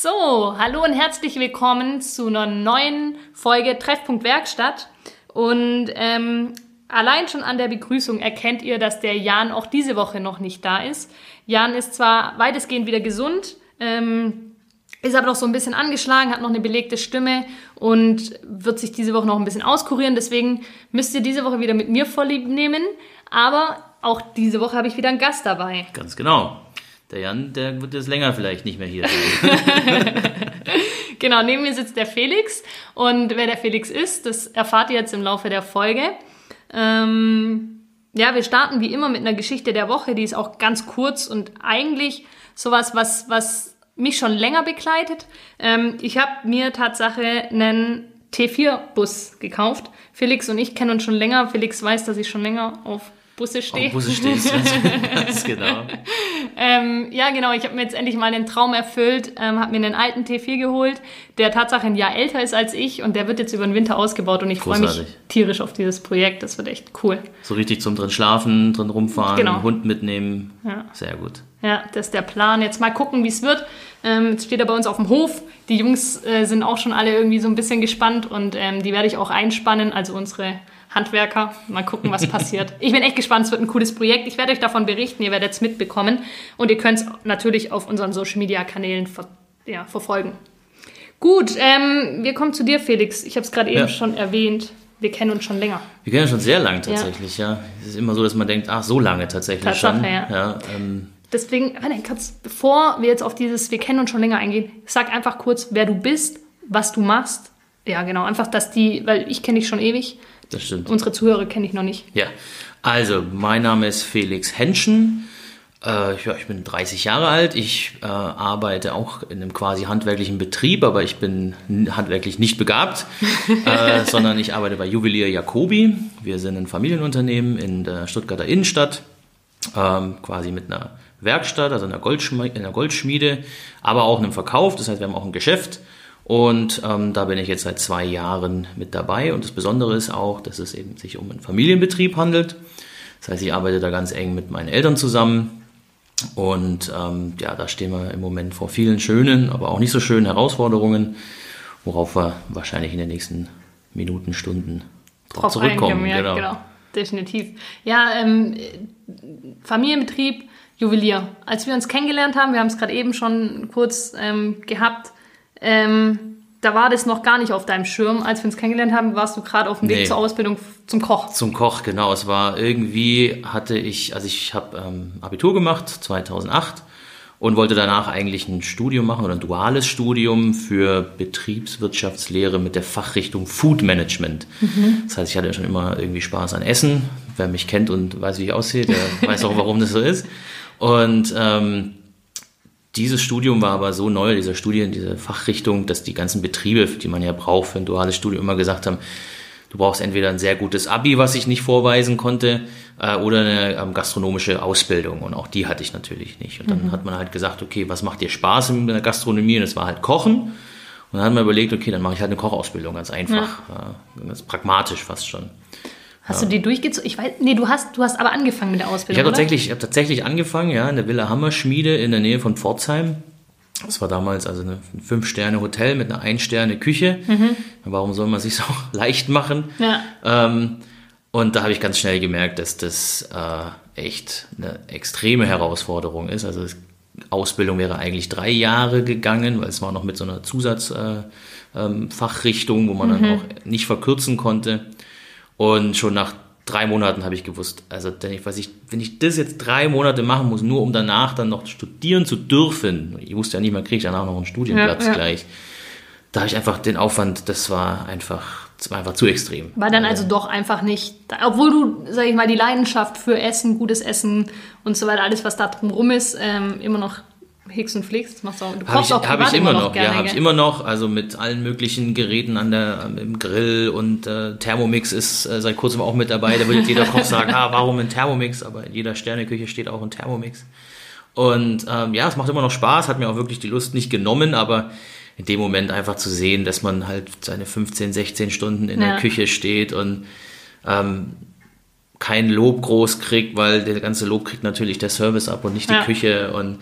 So, hallo und herzlich willkommen zu einer neuen Folge Treffpunkt Werkstatt. Und allein schon an der Begrüßung erkennt ihr, dass der Jan auch diese Woche noch nicht da ist. Jan ist zwar weitestgehend wieder gesund, ist aber noch so ein bisschen angeschlagen, hat noch eine belegte Stimme und wird sich diese Woche noch ein bisschen auskurieren. Deswegen müsst ihr diese Woche wieder mit mir Vorlieb nehmen. Aber auch diese Woche habe ich wieder einen Gast dabei. Ganz genau. Der Jan, der wird jetzt länger vielleicht nicht mehr hier sein. Genau, neben mir sitzt der Felix. Und wer der Felix ist, das erfahrt ihr jetzt im Laufe der Folge. Wir starten wie immer mit einer Geschichte der Woche. Die ist auch ganz kurz und eigentlich sowas, was mich schon länger begleitet. Ich habe mir Tatsache einen T4-Bus gekauft. Felix und ich kennen uns schon länger. Felix weiß, dass ich schon länger auf Busse stehe. Auf Busse stehst, ganz genau. Genau. Ich habe mir jetzt endlich mal den Traum erfüllt, habe mir einen alten T4 geholt, der Tatsache ein Jahr älter ist als ich und der wird jetzt über den Winter ausgebaut und ich freue mich tierisch auf dieses Projekt. Das wird echt cool. So richtig zum drin schlafen, drin rumfahren, genau. Hund mitnehmen. Ja. Sehr gut. Ja, das ist der Plan. Jetzt mal gucken, wie es wird. Jetzt steht er bei uns auf dem Hof. Die Jungs sind auch schon alle irgendwie so ein bisschen gespannt und die werde ich auch einspannen, also unsere Handwerker. Mal gucken, was passiert. Ich bin echt gespannt, es wird ein cooles Projekt. Ich werde euch davon berichten, ihr werdet es mitbekommen. Und ihr könnt es natürlich auf unseren Social-Media-Kanälen verfolgen. Gut, wir kommen zu dir, Felix. Ich habe es gerade eben schon erwähnt. Wir kennen uns schon länger. Wir kennen uns schon sehr lange tatsächlich, ja. Es ist immer so, dass man denkt, so lange tatsächlich Tatsache, schon. Ja. Deswegen, bevor wir jetzt auf dieses Wir kennen uns schon länger eingehen, sag einfach kurz, wer du bist, was du machst. Ja, genau, einfach, weil ich kenne dich schon ewig. Das stimmt. Unsere Zuhörer kenne ich noch nicht. Ja, also mein Name ist Felix Henschen. Ich bin 30 Jahre alt. Ich arbeite auch in einem quasi handwerklichen Betrieb, aber ich bin handwerklich nicht begabt, sondern ich arbeite bei Juwelier Jacobi. Wir sind ein Familienunternehmen in der Stuttgarter Innenstadt, quasi mit einer Werkstatt, also in einer Goldschmiede, aber auch einem Verkauf. Das heißt, wir haben auch ein Geschäft. Und da bin ich jetzt seit 2 Jahren mit dabei. Und das Besondere ist auch, dass es eben sich um einen Familienbetrieb handelt. Das heißt, ich arbeite da ganz eng mit meinen Eltern zusammen. Und da stehen wir im Moment vor vielen schönen, aber auch nicht so schönen Herausforderungen, worauf wir wahrscheinlich in den nächsten Minuten, Stunden drauf zurückkommen. Genau, definitiv. Ja, Familienbetrieb, Juwelier. Als wir uns kennengelernt haben, wir haben es gerade eben schon kurz gehabt, da war das noch gar nicht auf deinem Schirm. Als wir uns kennengelernt haben, warst du gerade auf dem Weg zur Ausbildung zum Koch. Zum Koch, genau. Es war irgendwie, ich habe Abitur gemacht, 2008, und wollte danach eigentlich ein Studium machen oder ein duales Studium für Betriebswirtschaftslehre mit der Fachrichtung Food Management. Mhm. Das heißt, ich hatte schon immer irgendwie Spaß an Essen. Wer mich kennt und weiß, wie ich aussehe, der weiß auch, warum das so ist. Und dieses Studium war aber so neu, diese Fachrichtung, dass die ganzen Betriebe, die man ja braucht für ein duales Studium, immer gesagt haben, du brauchst entweder ein sehr gutes Abi, was ich nicht vorweisen konnte, oder eine gastronomische Ausbildung. Und auch die hatte ich natürlich nicht. Und dann hat man halt gesagt, okay, was macht dir Spaß in der Gastronomie? Und das war halt Kochen. Und dann hat man überlegt, okay, dann mache ich halt eine Kochausbildung, ganz einfach, ganz pragmatisch fast schon. Hast du die durchgezogen? Ich weiß, du hast aber angefangen mit der Ausbildung, Ich habe tatsächlich angefangen, in der Villa Hammerschmiede in der Nähe von Pforzheim. Das war damals also ein 5-Sterne-Hotel mit einer 1-Sterne-Küche. Mhm. Warum soll man sich so leicht machen? Ja. Und da habe ich ganz schnell gemerkt, dass das echt eine extreme Herausforderung ist. Also Ausbildung wäre eigentlich 3 Jahre gegangen, weil es war noch mit so einer Zusatzfachrichtung, wo man dann auch nicht verkürzen konnte. Und schon nach 3 Monaten habe ich gewusst, also wenn ich das jetzt 3 Monate machen muss, nur um danach dann noch studieren zu dürfen, ich wusste ja nicht, man kriegt danach noch einen Studienplatz gleich, da habe ich einfach den Aufwand, das war einfach zu extrem. War dann also doch einfach nicht, obwohl du, sag ich mal, die Leidenschaft für Essen, gutes Essen und so weiter, alles was da drumherum ist, immer noch hegst und pflegst, das machst du auch. Du kochst auch privat immer noch gerne. Ja, habe ich immer noch, also mit allen möglichen Geräten im Grill und Thermomix ist seit kurzem auch mit dabei. Da würde jetzt jeder Koch sagen, warum ein Thermomix? Aber in jeder Sterneküche steht auch ein Thermomix. Und es macht immer noch Spaß, hat mir auch wirklich die Lust nicht genommen, aber in dem Moment einfach zu sehen, dass man halt seine 15, 16 Stunden in der Küche steht und kein Lob groß kriegt, weil der ganze Lob kriegt natürlich der Service ab und nicht die Küche und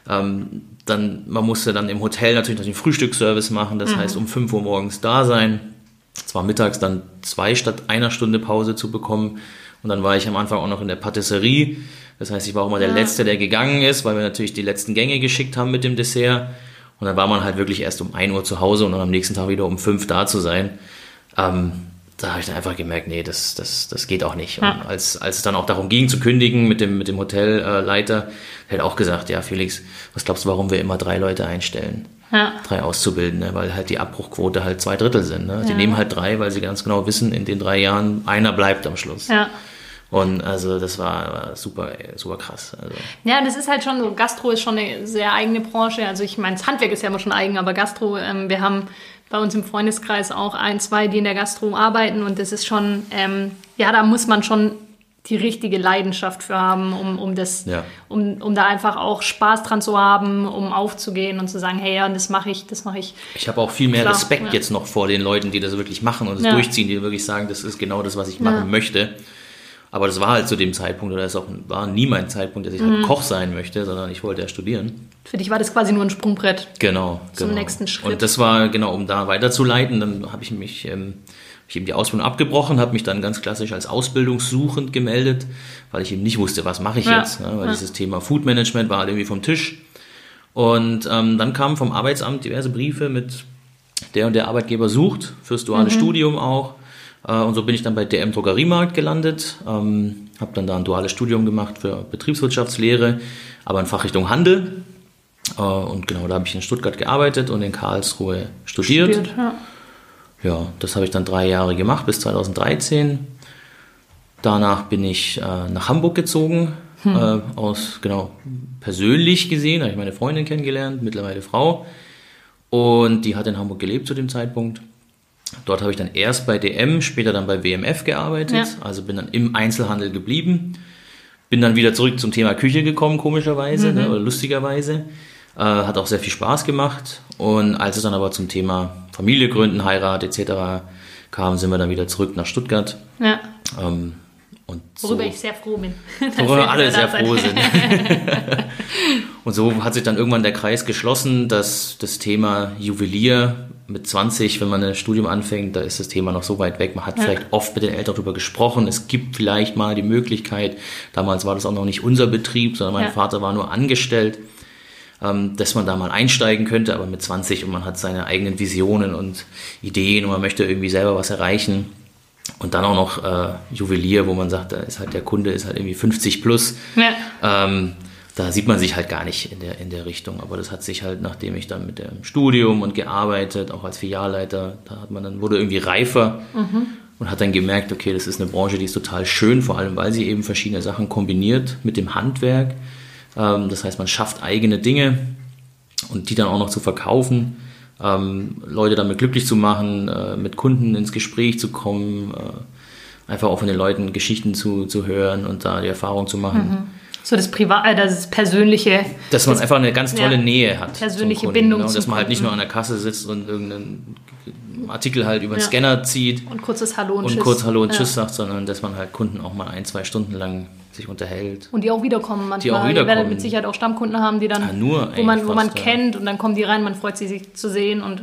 Man musste dann im Hotel natürlich noch den Frühstücksservice machen, das heißt um 5 Uhr morgens da sein, zwar mittags dann 2 statt 1 Stunde Pause zu bekommen und dann war ich am Anfang auch noch in der Patisserie, das heißt ich war auch mal der Letzte, der gegangen ist, weil wir natürlich die letzten Gänge geschickt haben mit dem Dessert und dann war man halt wirklich erst um 1 Uhr zu Hause und dann am nächsten Tag wieder um 5 da zu sein. Da habe ich dann einfach gemerkt, nee, das geht auch nicht. Und als es dann auch darum ging zu kündigen mit dem Hotelleiter, der hat auch gesagt, ja Felix, was glaubst du, warum wir immer 3 Leute einstellen? 3 Auszubildende, weil halt die Abbruchquote halt 2/3 sind. Ne? Die nehmen halt 3, weil sie ganz genau wissen, in den 3 Jahren einer bleibt am Schluss. Ja. Und also das war super, super krass. Also. Ja, das ist halt schon so, Gastro ist schon eine sehr eigene Branche. Also ich meine, das Handwerk ist ja immer schon eigen, aber Gastro, wir haben bei uns im Freundeskreis auch 1, 2, die in der Gastro arbeiten und das ist schon, da muss man schon die richtige Leidenschaft für haben, um da einfach auch Spaß dran zu haben, um aufzugehen und zu sagen, hey, ja, das mache ich. Ich habe auch viel mehr Respekt jetzt noch vor den Leuten, die das wirklich machen und das durchziehen, die wirklich sagen, das ist genau das, was ich machen möchte. Aber das war halt zu dem Zeitpunkt, oder war nie mein Zeitpunkt, dass ich halt Koch sein möchte, sondern ich wollte ja studieren. Für dich war das quasi nur ein Sprungbrett. Genau. Zum nächsten Schritt. Und das war, genau, um da weiterzuleiten, dann habe ich mich eben die Ausbildung abgebrochen, habe mich dann ganz klassisch als ausbildungssuchend gemeldet, weil ich eben nicht wusste, was mache ich jetzt. Ne? Weil dieses Thema Food Management war halt irgendwie vom Tisch. Und dann kamen vom Arbeitsamt diverse Briefe mit der und der Arbeitgeber sucht, fürs duale Studium auch. Und so bin ich dann bei DM Drogeriemarkt gelandet, habe dann da ein duales Studium gemacht für Betriebswirtschaftslehre, aber in Fachrichtung Handel. Und genau, da habe ich in Stuttgart gearbeitet und in Karlsruhe studiert. Ja, das habe ich dann 3 Jahre gemacht, bis 2013. Danach bin ich nach Hamburg gezogen, persönlich gesehen, habe ich meine Freundin kennengelernt, mittlerweile Frau. Und die hat in Hamburg gelebt zu dem Zeitpunkt. Dort habe ich dann erst bei DM, später dann bei WMF gearbeitet, also bin dann im Einzelhandel geblieben. Bin dann wieder zurück zum Thema Küche gekommen, komischerweise, oder lustigerweise. Hat auch sehr viel Spaß gemacht. Und als es dann aber zum Thema Familie gründen, Heirat etc. kam, sind wir dann wieder zurück nach Stuttgart. Ja. Worüber ich sehr froh bin. Worüber alle sehr froh sind. Und so hat sich dann irgendwann der Kreis geschlossen, dass das Thema Juwelier mit 20, wenn man ein Studium anfängt, da ist das Thema noch so weit weg. Man hat vielleicht oft mit den Eltern darüber gesprochen. Es gibt vielleicht mal die Möglichkeit, damals war das auch noch nicht unser Betrieb, sondern mein Vater war nur angestellt, dass man da mal einsteigen könnte, aber mit 20 und man hat seine eigenen Visionen und Ideen und man möchte irgendwie selber was erreichen. Und dann auch noch Juwelier, wo man sagt, da ist halt der Kunde ist halt irgendwie 50 plus. Da sieht man sich halt gar nicht in der Richtung. Aber das hat sich halt, nachdem ich dann mit dem Studium und gearbeitet, auch als Filialleiter, wurde irgendwie reifer und hat dann gemerkt, okay, das ist eine Branche, die ist total schön, vor allem weil sie eben verschiedene Sachen kombiniert mit dem Handwerk. Das heißt, man schafft eigene Dinge und die dann auch noch zu verkaufen, Leute damit glücklich zu machen, mit Kunden ins Gespräch zu kommen, einfach auch von den Leuten Geschichten zu hören und da die Erfahrung zu machen. So das Persönliche. Dass man einfach eine ganz tolle Nähe hat. Persönliche Bindung. Genau, dass man halt nicht nur an der Kasse sitzt und irgendeinen Artikel halt über den Scanner zieht. Und kurzes Hallo und Tschüss. Und kurz Hallo und Tschüss sagt, sondern dass man halt Kunden auch mal 1-2 Stunden lang sich unterhält. Und die auch wiederkommen manchmal. Ihr werdet mit Sicherheit auch Stammkunden haben, die dann, wo man kennt und dann kommen die rein, man freut sich zu sehen und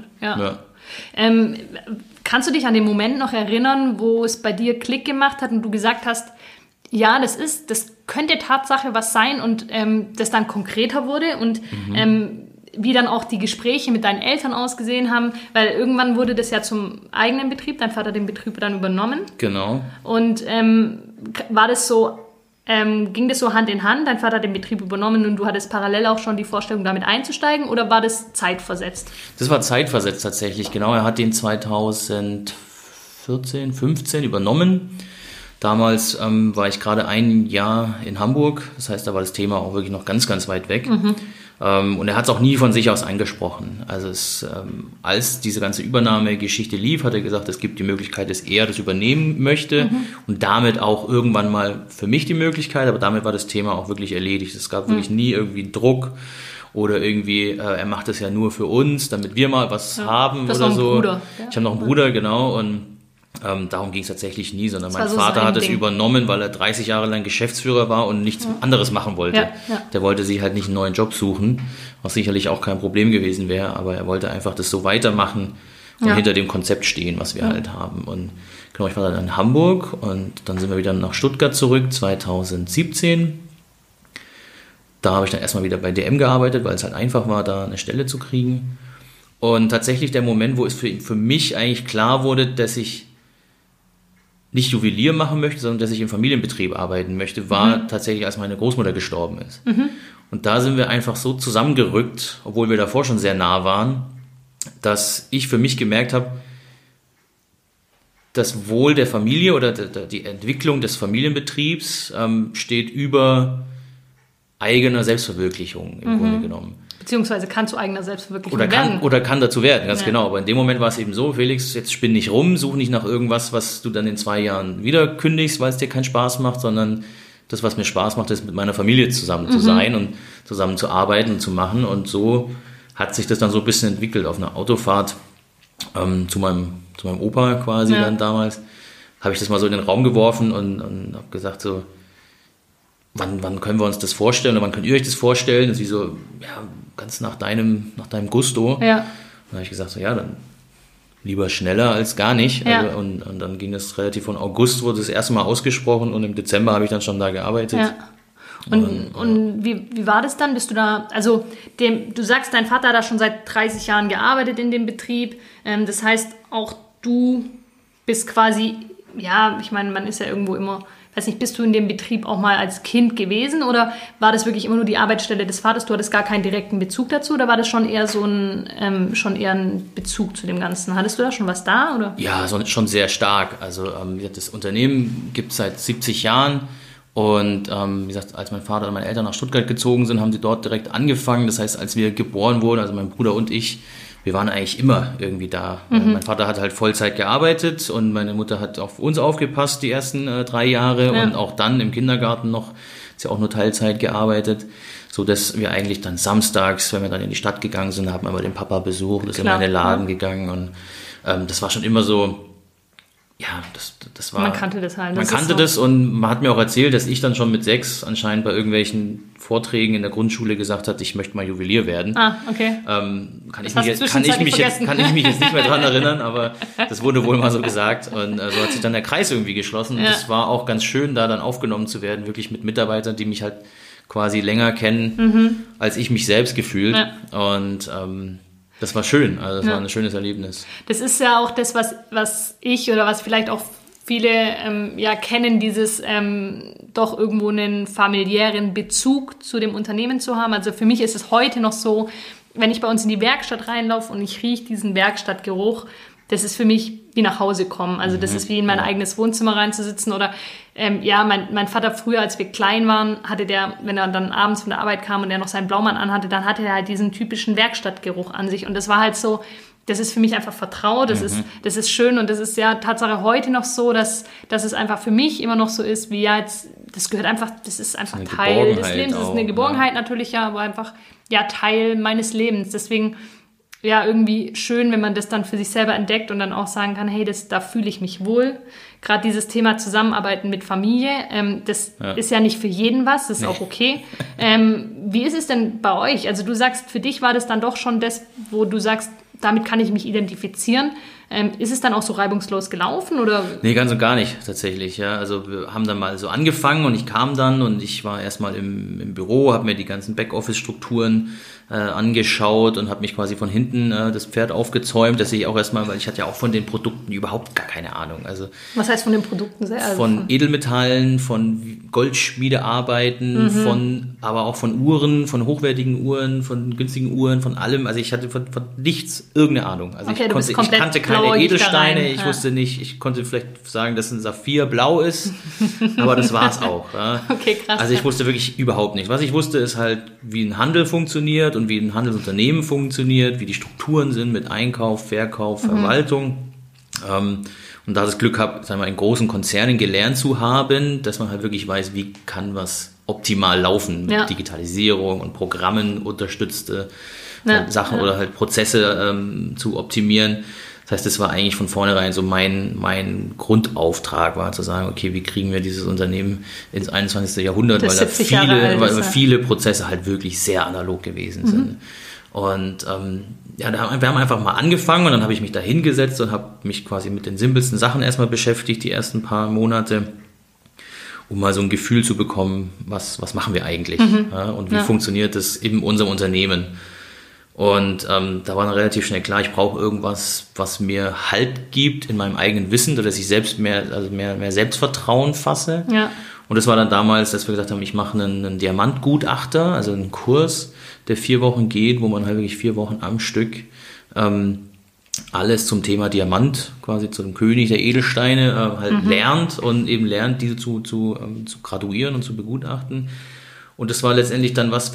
kannst du dich an den Moment noch erinnern, wo es bei dir Klick gemacht hat und du gesagt hast, ja, das könnte Tatsache was sein und das dann konkreter wurde und wie dann auch die Gespräche mit deinen Eltern ausgesehen haben, weil irgendwann wurde das ja zum eigenen Betrieb, dein Vater hat den Betrieb dann übernommen. Genau. Und war das so, ging das so Hand in Hand, dein Vater hat den Betrieb übernommen und du hattest parallel auch schon die Vorstellung, damit einzusteigen oder war das zeitversetzt? Das war zeitversetzt tatsächlich, genau. Er hat den 2014, 15 übernommen. Damals war ich gerade 1 Jahr in Hamburg, das heißt, da war das Thema auch wirklich noch ganz, ganz weit weg. Und er hat es auch nie von sich aus angesprochen. Also als diese ganze Übernahmegeschichte lief, hat er gesagt, es gibt die Möglichkeit, dass er das übernehmen möchte und damit auch irgendwann mal für mich die Möglichkeit, aber damit war das Thema auch wirklich erledigt. Es gab wirklich nie irgendwie Druck oder irgendwie, er macht das ja nur für uns, damit wir mal was haben das oder noch so. Bruder. Ich habe noch einen Bruder, genau, und Darum ging es tatsächlich nie, sondern mein Vater hat es übernommen, weil er 30 Jahre lang Geschäftsführer war und nichts anderes machen wollte. Ja, ja. Der wollte sich halt nicht einen neuen Job suchen, was sicherlich auch kein Problem gewesen wäre, aber er wollte einfach das so weitermachen und hinter dem Konzept stehen, was wir halt haben. Und genau, ich war dann in Hamburg und dann sind wir wieder nach Stuttgart zurück, 2017. Da habe ich dann erstmal wieder bei DM gearbeitet, weil es halt einfach war, da eine Stelle zu kriegen. Und tatsächlich der Moment, wo es für mich eigentlich klar wurde, dass ich nicht Juwelier machen möchte, sondern dass ich im Familienbetrieb arbeiten möchte, war tatsächlich, als meine Großmutter gestorben ist. Und da sind wir einfach so zusammengerückt, obwohl wir davor schon sehr nah waren, dass ich für mich gemerkt habe, das Wohl der Familie oder die Entwicklung des Familienbetriebs steht über eigener Selbstverwirklichung im Grunde genommen. Beziehungsweise kann zu eigener Selbstverwirklichung werden. Oder kann dazu werden, ganz genau. Aber in dem Moment war es eben so, Felix, jetzt spinn nicht rum, such nicht nach irgendwas, was du dann in 2 Jahren wieder kündigst, weil es dir keinen Spaß macht, sondern das, was mir Spaß macht, ist mit meiner Familie zusammen zu sein und zusammen zu arbeiten und zu machen. Und so hat sich das dann so ein bisschen entwickelt auf einer Autofahrt zu meinem Opa quasi dann damals. Habe ich das mal so in den Raum geworfen und habe gesagt so, wann können wir uns das vorstellen oder wann könnt ihr euch das vorstellen? Und sie so, ja, ganz nach deinem Gusto. Ja. Dann habe ich gesagt, so, ja, dann lieber schneller als gar nicht. Ja. Also, und dann ging das relativ von August, wurde das erste Mal ausgesprochen und im Dezember habe ich dann schon da gearbeitet. Ja. Und wie war das dann? Bist du da, also du sagst, dein Vater hat da schon seit 30 Jahren gearbeitet in dem Betrieb. Das heißt, auch du bist quasi, ja, ich meine, man ist ja irgendwo immer, weiß nicht, bist du in dem Betrieb auch mal als Kind gewesen oder war das wirklich immer nur die Arbeitsstelle des Vaters? Du hattest gar keinen direkten Bezug dazu oder war das schon eher so ein Bezug zu dem Ganzen? Hattest du da schon was da? Oder? Ja, schon sehr stark. Also das Unternehmen gibt es seit 70 Jahren und wie gesagt, als mein Vater und meine Eltern nach Stuttgart gezogen sind, haben sie dort direkt angefangen. Das heißt, als wir geboren wurden, also mein Bruder und ich, wir waren eigentlich immer irgendwie da. Mein Vater hat halt Vollzeit gearbeitet und meine Mutter hat auf uns aufgepasst die ersten 3 Jahre und auch dann im Kindergarten noch, ist ja auch nur Teilzeit gearbeitet, so dass wir eigentlich dann samstags, wenn wir dann in die Stadt gegangen sind, haben wir mal den Papa besucht, ist immer in den Laden gegangen und das war schon immer so, ja, das war... Man kannte das halt. Man kannte das und man hat mir auch erzählt, dass ich dann schon mit 6 anscheinend bei irgendwelchen Vorträgen in der Grundschule gesagt habe, ich möchte mal Juwelier werden. Ah, okay. Kann ich mich jetzt nicht mehr dran erinnern, aber das wurde wohl mal so gesagt und so hat sich dann der Kreis irgendwie geschlossen. Und das war auch ganz schön, da dann aufgenommen zu werden, wirklich mit Mitarbeitern, die mich halt quasi länger kennen, als ich mich selbst gefühlt. Und das war schön, also das war ein schönes Erlebnis. Das ist ja auch das, was ich oder was vielleicht auch viele kennen, dieses doch irgendwo einen familiären Bezug zu dem Unternehmen zu haben. Also für mich ist es heute noch so, wenn ich bei uns in die Werkstatt reinlaufe und ich rieche diesen Werkstattgeruch, das ist für mich wie nach Hause kommen. Also das ist wie in mein eigenes Wohnzimmer reinzusitzen. Oder mein Vater früher, als wir klein waren, hatte der, wenn er dann abends von der Arbeit kam und er noch seinen Blaumann anhatte, dann hatte er halt diesen typischen Werkstattgeruch an sich. Und das war halt so, das ist für mich einfach vertraut, das ist schön und das ist ja Tatsache heute noch so, dass es einfach für mich immer noch so ist, wie jetzt, das gehört einfach, das ist einfach Teil des Lebens. Das ist eine Geborgenheit natürlich, ja, aber einfach Teil meines Lebens. Deswegen irgendwie schön, wenn man das dann für sich selber entdeckt und dann auch sagen kann, hey, da fühle ich mich wohl. Gerade dieses Thema Zusammenarbeiten mit Familie, das ist ja nicht für jeden was, das ist auch okay. Wie ist es denn bei euch? Also du sagst, für dich war das dann doch schon das, wo du sagst, damit kann ich mich identifizieren. Ist es dann auch so reibungslos gelaufen? Oder? Nee, ganz und gar nicht tatsächlich. Ja. Also wir haben dann mal so angefangen und ich kam dann und ich war erstmal im Büro, habe mir die ganzen Backoffice-Strukturen angeschaut und habe mich quasi von hinten das Pferd aufgezäumt. Das sehe ich auch erstmal, weil ich hatte ja auch von den Produkten überhaupt gar keine Ahnung. Also was heißt von den Produkten? Von Edelmetallen, von Goldschmiedearbeiten, aber auch von Uhren, von hochwertigen Uhren, von günstigen Uhren, von allem. Also ich hatte von nichts irgendeine Ahnung. Also okay, ich kannte keine Edelsteine, ich wusste nicht, ich konnte vielleicht sagen, dass ein Saphir blau ist, aber das war's auch. Ja. Okay, krass. Also ich wusste wirklich überhaupt nicht. Was ich wusste, ist halt, wie ein Handel funktioniert und wie ein Handelsunternehmen funktioniert, wie die Strukturen sind mit Einkauf, Verkauf, Verwaltung. Und da das Glück habe, sagen wir, in großen Konzernen gelernt zu haben, dass man halt wirklich weiß, wie kann was optimal laufen mit Digitalisierung und Programmen unterstützte Sachen oder halt Prozesse zu optimieren. Das heißt, das war eigentlich von vornherein so mein Grundauftrag, war zu sagen, okay, wie kriegen wir dieses Unternehmen ins 21. Jahrhundert, weil viele Prozesse halt wirklich sehr analog gewesen sind. Und wir haben einfach mal angefangen und dann habe ich mich da hingesetzt und habe mich quasi mit den simpelsten Sachen erstmal beschäftigt, die ersten paar Monate, um mal so ein Gefühl zu bekommen, was machen wir eigentlich und wie funktioniert das in unserem Unternehmen. Und da war dann relativ schnell klar, ich brauche irgendwas, was mir Halt gibt in meinem eigenen Wissen, dass ich selbst mehr Selbstvertrauen fasse. Ja. Und das war dann damals, dass wir gesagt haben, ich mache einen Diamantgutachter, also einen Kurs, der 4 Wochen geht, wo man halt wirklich 4 Wochen am Stück alles zum Thema Diamant, quasi zu dem König der Edelsteine, lernt und eben lernt, diese zu graduieren und zu begutachten. Und das war letztendlich dann was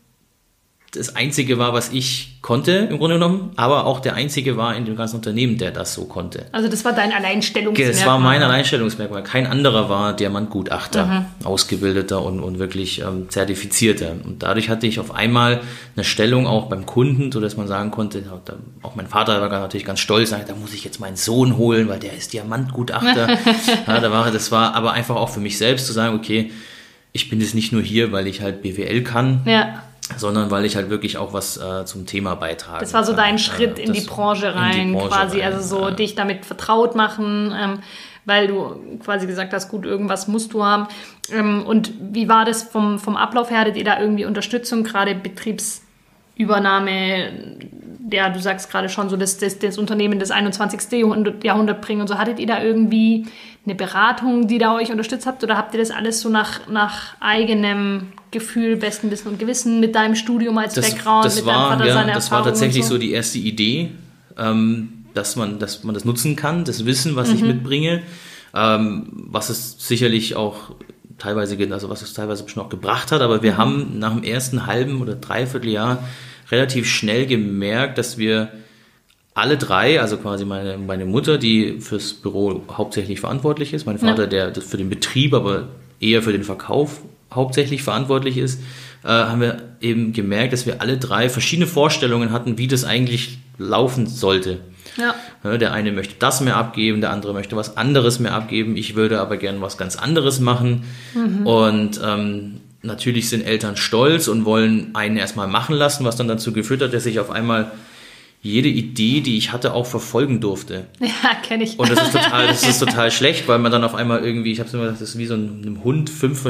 das Einzige war, was ich konnte, im Grunde genommen, aber auch der Einzige war in dem ganzen Unternehmen, der das so konnte. Also das war dein Alleinstellungsmerkmal? Das war mein Alleinstellungsmerkmal. Kein anderer war Diamantgutachter, Ausgebildeter und wirklich Zertifizierter. Und dadurch hatte ich auf einmal eine Stellung auch beim Kunden, sodass man sagen konnte, auch mein Vater war natürlich ganz stolz, da muss ich jetzt meinen Sohn holen, weil der ist Diamantgutachter. Das war aber einfach auch für mich selbst zu sagen, okay, ich bin jetzt nicht nur hier, weil ich halt BWL kann, sondern weil ich halt wirklich auch was zum Thema beitrage. Das war so dein Schritt in die Branche rein, also so dich damit vertraut machen, weil du quasi gesagt hast, gut, irgendwas musst du haben. Und wie war das vom Ablauf her? Hattet ihr da irgendwie Unterstützung, gerade Betriebsübernahme? Ja, du sagst gerade schon so, das Unternehmen des 21. Jahrhundert bringen und so. Hattet ihr da irgendwie eine Beratung, die da euch unterstützt habt? Oder habt ihr das alles so nach eigenem Gefühl, besten Wissen und Gewissen mit deinem Studium als Background, mit deinem Vater seine Erfahrungen? Das war tatsächlich so die erste Idee, dass man das nutzen kann, das Wissen, was ich mitbringe, was es sicherlich auch teilweise schon auch gebracht hat. Aber wir haben nach dem ersten halben oder Dreivierteljahr relativ schnell gemerkt, dass wir alle drei, also quasi meine Mutter, die fürs Büro hauptsächlich verantwortlich ist, mein Vater, der für den Betrieb, aber eher für den Verkauf hauptsächlich verantwortlich ist, haben wir eben gemerkt, dass wir alle drei verschiedene Vorstellungen hatten, wie das eigentlich laufen sollte. Ja. Der eine möchte das mehr abgeben, der andere möchte was anderes mehr abgeben, ich würde aber gerne was ganz anderes machen. Und natürlich sind Eltern stolz und wollen einen erstmal machen lassen, was dann dazu geführt hat, dass ich auf einmal jede Idee, die ich hatte, auch verfolgen durfte. Ja, kenne ich. Und das ist total schlecht, weil man dann auf einmal irgendwie, ich habe es immer gesagt, das ist wie so ein Hund, 5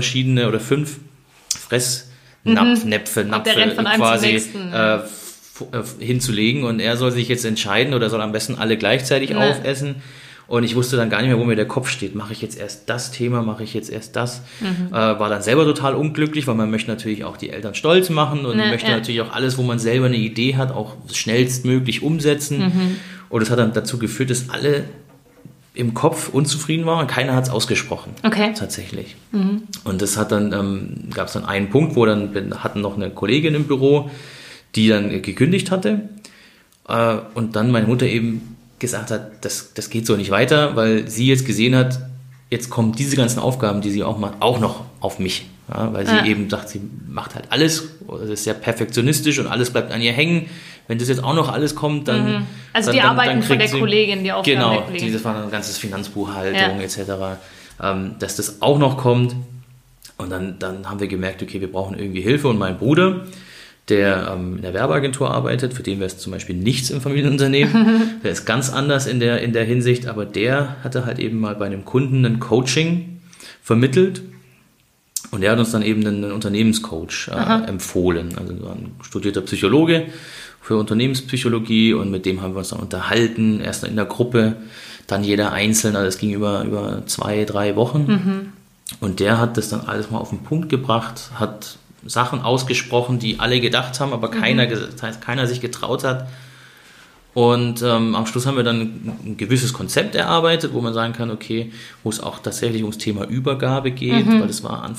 Fressnäpfe quasi hinzulegen und er soll sich jetzt entscheiden oder soll am besten alle gleichzeitig aufessen. Und ich wusste dann gar nicht mehr, wo mir der Kopf steht. Mache ich jetzt erst das Thema, mache ich jetzt erst das? War dann selber total unglücklich, weil man möchte natürlich auch die Eltern stolz machen und möchte natürlich auch alles, wo man selber eine Idee hat, auch schnellstmöglich umsetzen. Und das hat dann dazu geführt, dass alle im Kopf unzufrieden waren und keiner hat es ausgesprochen. Okay. Tatsächlich. Und das hat dann, gab es dann einen Punkt, wo hatten noch eine Kollegin im Büro, die dann gekündigt hatte. Und dann meine Mutter eben gesagt hat, das geht so nicht weiter, weil sie jetzt gesehen hat, jetzt kommen diese ganzen Aufgaben, die sie auch macht, auch noch auf mich. Ja, weil sie eben sagt, sie macht halt alles, das ist sehr perfektionistisch und alles bleibt an ihr hängen. Wenn das jetzt auch noch alles kommt, dann... Also die Arbeiten von der Kollegin, die Aufgaben der Kollegin. Genau, das war ein ganzes Finanzbuchhaltung etc., dass das auch noch kommt. Und dann haben wir gemerkt, okay, wir brauchen irgendwie Hilfe. Und mein Bruder, der in der Werbeagentur arbeitet, für den wäre es zum Beispiel nichts im Familienunternehmen. Der ist ganz anders in der Hinsicht, aber der hatte halt eben mal bei einem Kunden ein Coaching vermittelt und der hat uns dann eben einen Unternehmenscoach empfohlen, also ein studierter Psychologe für Unternehmenspsychologie und mit dem haben wir uns dann unterhalten, erst in der Gruppe, dann jeder einzeln, also es ging über 2-3 Wochen und der hat das dann alles mal auf den Punkt gebracht, hat Sachen ausgesprochen, die alle gedacht haben, aber keiner sich getraut hat. Und am Schluss haben wir dann ein gewisses Konzept erarbeitet, wo man sagen kann, okay, wo es auch tatsächlich ums Thema Übergabe geht, weil das war anfangs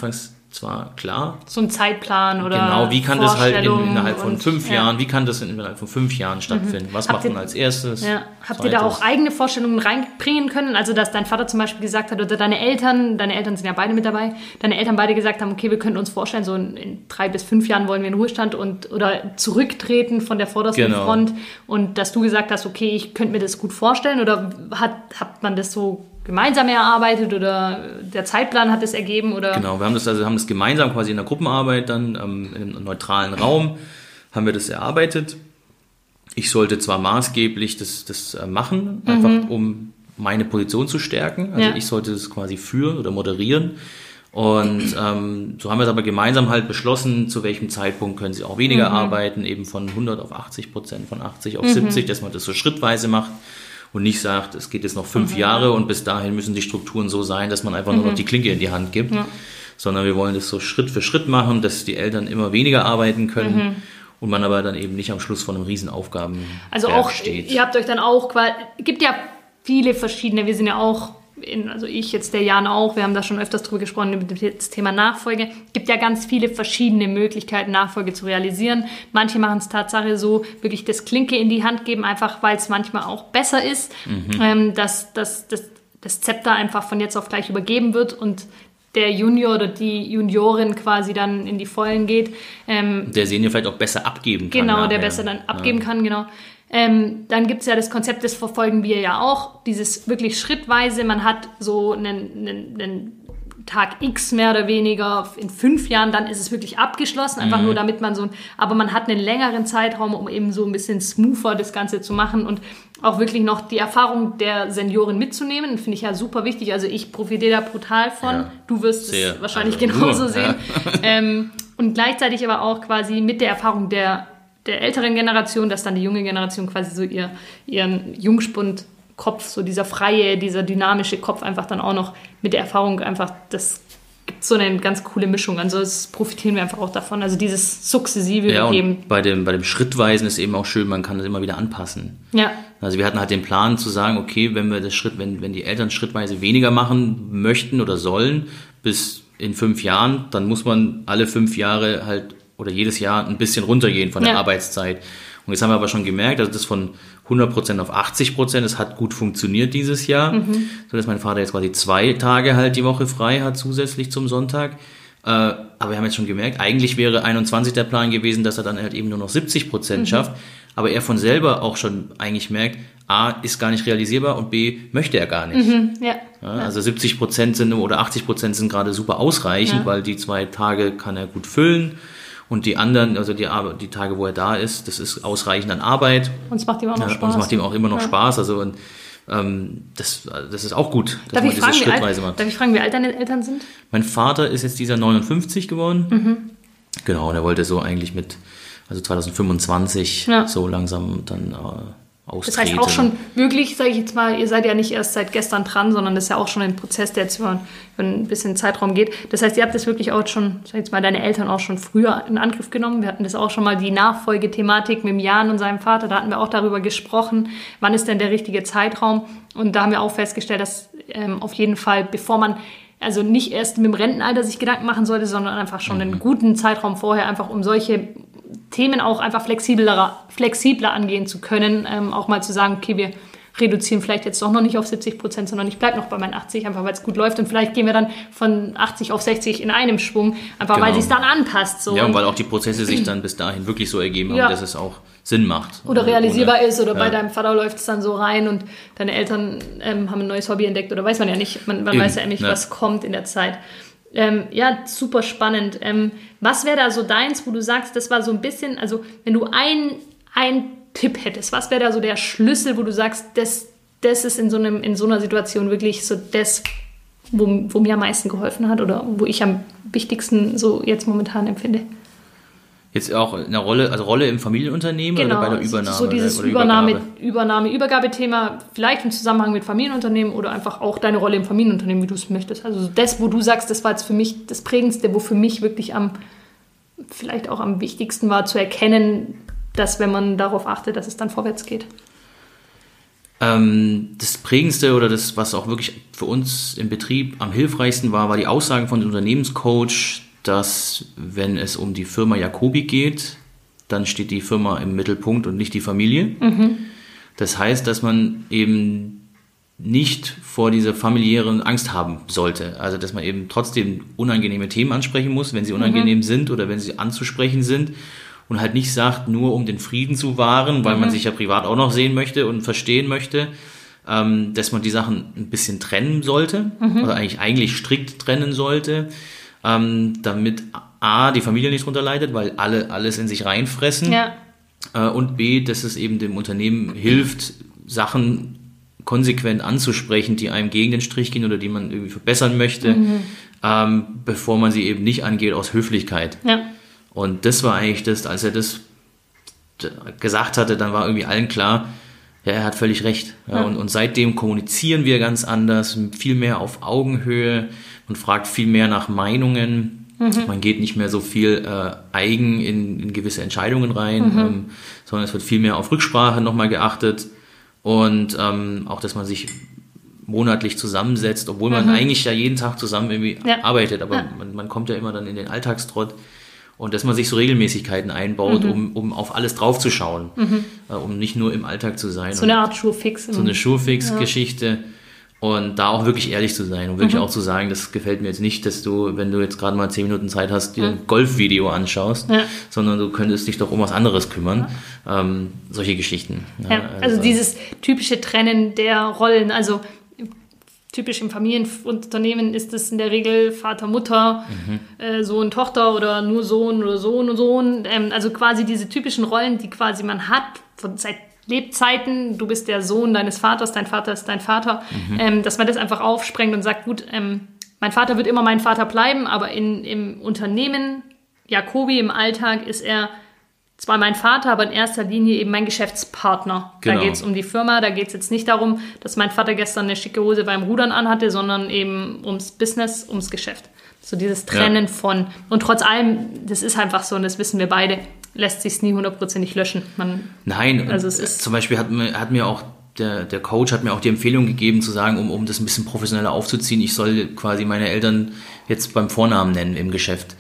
zwar klar. So ein Zeitplan oder genau, wie kann das halt innerhalb von 5 Jahren, wie kann das innerhalb von 5 Jahren stattfinden? Was macht man als erstes? Ja. Habt ihr da auch eigene Vorstellungen reinbringen können? Also, dass dein Vater zum Beispiel gesagt hat, oder deine Eltern sind ja beide mit dabei, deine Eltern beide gesagt haben, okay, wir können uns vorstellen, so in 3 bis 5 Jahren wollen wir in Ruhestand oder zurücktreten von der vordersten Front. Und dass du gesagt hast, okay, ich könnte mir das gut vorstellen, oder hat man das so gemeinsam erarbeitet oder der Zeitplan hat es ergeben? Oder? Genau, wir haben das gemeinsam quasi in der Gruppenarbeit dann in einem neutralen Raum haben wir das erarbeitet. Ich sollte zwar maßgeblich das machen, einfach um meine Position zu stärken. Also ich sollte das quasi führen oder moderieren. Und so haben wir es aber gemeinsam halt beschlossen, zu welchem Zeitpunkt können sie auch weniger arbeiten, eben von 100 auf 80%, von 80 auf 70, dass man das so schrittweise macht. Und nicht sagt, es geht jetzt noch 5 Jahre und bis dahin müssen die Strukturen so sein, dass man einfach nur noch die Klinke in die Hand gibt. Ja. Sondern wir wollen das so Schritt für Schritt machen, dass die Eltern immer weniger arbeiten können und man aber dann eben nicht am Schluss von einem Riesen-Aufgabenberg steht. Ihr habt euch dann auch gibt ja viele verschiedene, wir sind ja auch, also ich jetzt, der Jan auch, wir haben da schon öfters drüber gesprochen, über das Thema Nachfolge. Es gibt ja ganz viele verschiedene Möglichkeiten, Nachfolge zu realisieren. Manche machen es Tatsache so, wirklich das Klinke in die Hand geben, einfach weil es manchmal auch besser ist, dass das Zepter einfach von jetzt auf gleich übergeben wird und der Junior oder die Juniorin quasi dann in die Vollen geht. Der Senior vielleicht auch besser abgeben kann. Genau, nachher. Der besser dann abgeben kann, genau. Dann gibt es ja das Konzept, das verfolgen wir ja auch, dieses wirklich schrittweise, man hat so einen Tag X mehr oder weniger in 5 Jahren, dann ist es wirklich abgeschlossen, einfach nur damit man aber man hat einen längeren Zeitraum, um eben so ein bisschen smoother das Ganze zu machen und auch wirklich noch die Erfahrung der Senioren mitzunehmen, finde ich ja super wichtig, also ich profitiere da brutal von, du wirst es wahrscheinlich genauso sehen und gleichzeitig aber auch quasi mit der Erfahrung der älteren Generation, dass dann die junge Generation quasi so ihren Jungspund-Kopf, so dieser freie, dieser dynamische Kopf einfach dann auch noch mit der Erfahrung einfach, das gibt so eine ganz coole Mischung. Also das profitieren wir einfach auch davon. Also dieses sukzessive Geben. Und bei dem Schrittweisen ist eben auch schön, man kann das immer wieder anpassen. Ja. Also wir hatten halt den Plan zu sagen, okay, wenn die Eltern schrittweise weniger machen möchten oder sollen, bis in 5 Jahren, dann muss man alle 5 Jahre halt oder jedes Jahr ein bisschen runtergehen von der Arbeitszeit. Und jetzt haben wir aber schon gemerkt, also das von 100% auf 80%, das hat gut funktioniert dieses Jahr, so dass mein Vater jetzt quasi 2 Tage halt die Woche frei hat, zusätzlich zum Sonntag. Aber wir haben jetzt schon gemerkt, eigentlich wäre 21 der Plan gewesen, dass er dann halt eben nur noch 70% schafft. Aber er von selber auch schon eigentlich merkt, A, ist gar nicht realisierbar und B, möchte er gar nicht. Also 70% sind oder 80% sind gerade super ausreichend, weil die 2 Tage kann er gut füllen. Und die anderen, also die Tage, wo er da ist, das ist ausreichend an Arbeit. Und es macht ihm auch noch Spaß. Und es macht ihm auch immer noch Spaß. Also und, das ist auch gut, dass man diese schrittweise macht. Darf ich fragen, wie alt deine Eltern sind? Mein Vater ist jetzt dieser 59 geworden. Genau, und er wollte so eigentlich 2025 so langsam dann austreten. Das heißt auch schon wirklich, sage ich jetzt mal, ihr seid ja nicht erst seit gestern dran, sondern das ist ja auch schon ein Prozess, der jetzt über ein bisschen Zeitraum geht. Das heißt, ihr habt das wirklich auch schon, sag ich jetzt mal, deine Eltern auch schon früher in Angriff genommen. Wir hatten das auch schon mal, die Nachfolgethematik mit dem Jan und seinem Vater, da hatten wir auch darüber gesprochen, wann ist denn der richtige Zeitraum. Und da haben wir auch festgestellt, dass auf jeden Fall, bevor man also nicht erst mit dem Rentenalter sich Gedanken machen sollte, sondern einfach schon einen guten Zeitraum vorher, einfach um solche Themen auch einfach flexibler angehen zu können, auch mal zu sagen, okay, wir reduzieren vielleicht jetzt doch noch nicht auf 70%, sondern ich bleibe noch bei meinen 80, einfach weil es gut läuft und vielleicht gehen wir dann von 80 auf 60 in einem Schwung, einfach weil sich es dann anpasst. So. Ja, und weil auch die Prozesse sich dann bis dahin wirklich so ergeben haben, dass es auch Sinn macht. Oder realisierbar ist oder bei deinem Vater läuft es dann so rein und deine Eltern haben ein neues Hobby entdeckt oder weiß man ja nicht, man weiß ja nicht, was kommt in der Zeit. Super spannend. Was wäre da so deins, wo du sagst, das war so ein bisschen, also wenn du ein Tipp hättest, was wäre da so der Schlüssel, wo du sagst, das ist in so einer Situation wirklich so das, wo mir am meisten geholfen hat oder wo ich am wichtigsten so jetzt momentan empfinde? Jetzt auch eine Rolle im Familienunternehmen oder bei der Übernahme? So dieses Übergabethema, vielleicht im Zusammenhang mit Familienunternehmen oder einfach auch deine Rolle im Familienunternehmen, wie du es möchtest. Also das, wo du sagst, das war jetzt für mich das Prägendste, wo für mich wirklich vielleicht auch am wichtigsten war, zu erkennen, dass wenn man darauf achtet, dass es dann vorwärts geht. Das Prägendste oder das, was auch wirklich für uns im Betrieb am hilfreichsten war die Aussage von dem Unternehmenscoach, dass, wenn es um die Firma Jacobi geht, dann steht die Firma im Mittelpunkt und nicht die Familie. Das heißt, dass man eben nicht vor dieser familiären Angst haben sollte. Also, dass man eben trotzdem unangenehme Themen ansprechen muss, wenn sie unangenehm sind oder wenn sie anzusprechen sind. Und halt nicht sagt, nur um den Frieden zu wahren, weil man sich ja privat auch noch sehen möchte und verstehen möchte, dass man die Sachen ein bisschen trennen sollte, oder eigentlich strikt trennen sollte, damit A, die Familie nicht drunter leidet, weil alle alles in sich reinfressen, und B, dass es eben dem Unternehmen hilft, Sachen konsequent anzusprechen, die einem gegen den Strich gehen oder die man irgendwie verbessern möchte, bevor man sie eben nicht angeht aus Höflichkeit. Ja. Und das war eigentlich das, als er das gesagt hatte, dann war irgendwie allen klar, ja, er hat völlig recht. Ja, und seitdem kommunizieren wir ganz anders, viel mehr auf Augenhöhe und fragt viel mehr nach Meinungen. Man geht nicht mehr so viel eigen in gewisse Entscheidungen rein, sondern es wird viel mehr auf Rücksprache nochmal geachtet und auch, dass man sich monatlich zusammensetzt, obwohl man eigentlich ja jeden Tag zusammen irgendwie arbeitet, aber man kommt ja immer dann in den Alltagstrott. Und dass man sich so Regelmäßigkeiten einbaut, um auf alles draufzuschauen, um nicht nur im Alltag zu sein. So eine Art Schuhfix. So eine Schuhfix-Geschichte. Und da auch wirklich ehrlich zu sein und wirklich auch zu sagen, das gefällt mir jetzt nicht, dass du, wenn du jetzt gerade mal 10 Minuten Zeit hast, dir ein Golfvideo anschaust, sondern du könntest dich doch um was anderes kümmern. Solche Geschichten. Ja, also dieses typische Trennen der Rollen, also typisch im Familienunternehmen ist es in der Regel Vater, Mutter, Sohn, Tochter oder nur Sohn oder Sohn und Sohn. Also quasi diese typischen Rollen, die quasi man hat seit Lebzeiten. Du bist der Sohn deines Vaters, dein Vater ist dein Vater. Dass man das einfach aufsprengt und sagt, gut, mein Vater wird immer mein Vater bleiben, aber im Unternehmen Jacobi, im Alltag ist er zwar mein Vater, aber in erster Linie eben mein Geschäftspartner. Genau. Da geht es um die Firma, da geht es jetzt nicht darum, dass mein Vater gestern eine schicke Hose beim Rudern anhatte, sondern eben ums Business, ums Geschäft. So dieses Trennen von. Und trotz allem, das ist einfach so, und das wissen wir beide, lässt sich nie 100% löschen. Nein, also es ist zum Beispiel hat mir auch der Coach hat mir auch die Empfehlung gegeben, zu sagen, um das ein bisschen professioneller aufzuziehen, ich soll quasi meine Eltern jetzt beim Vornamen nennen im Geschäft.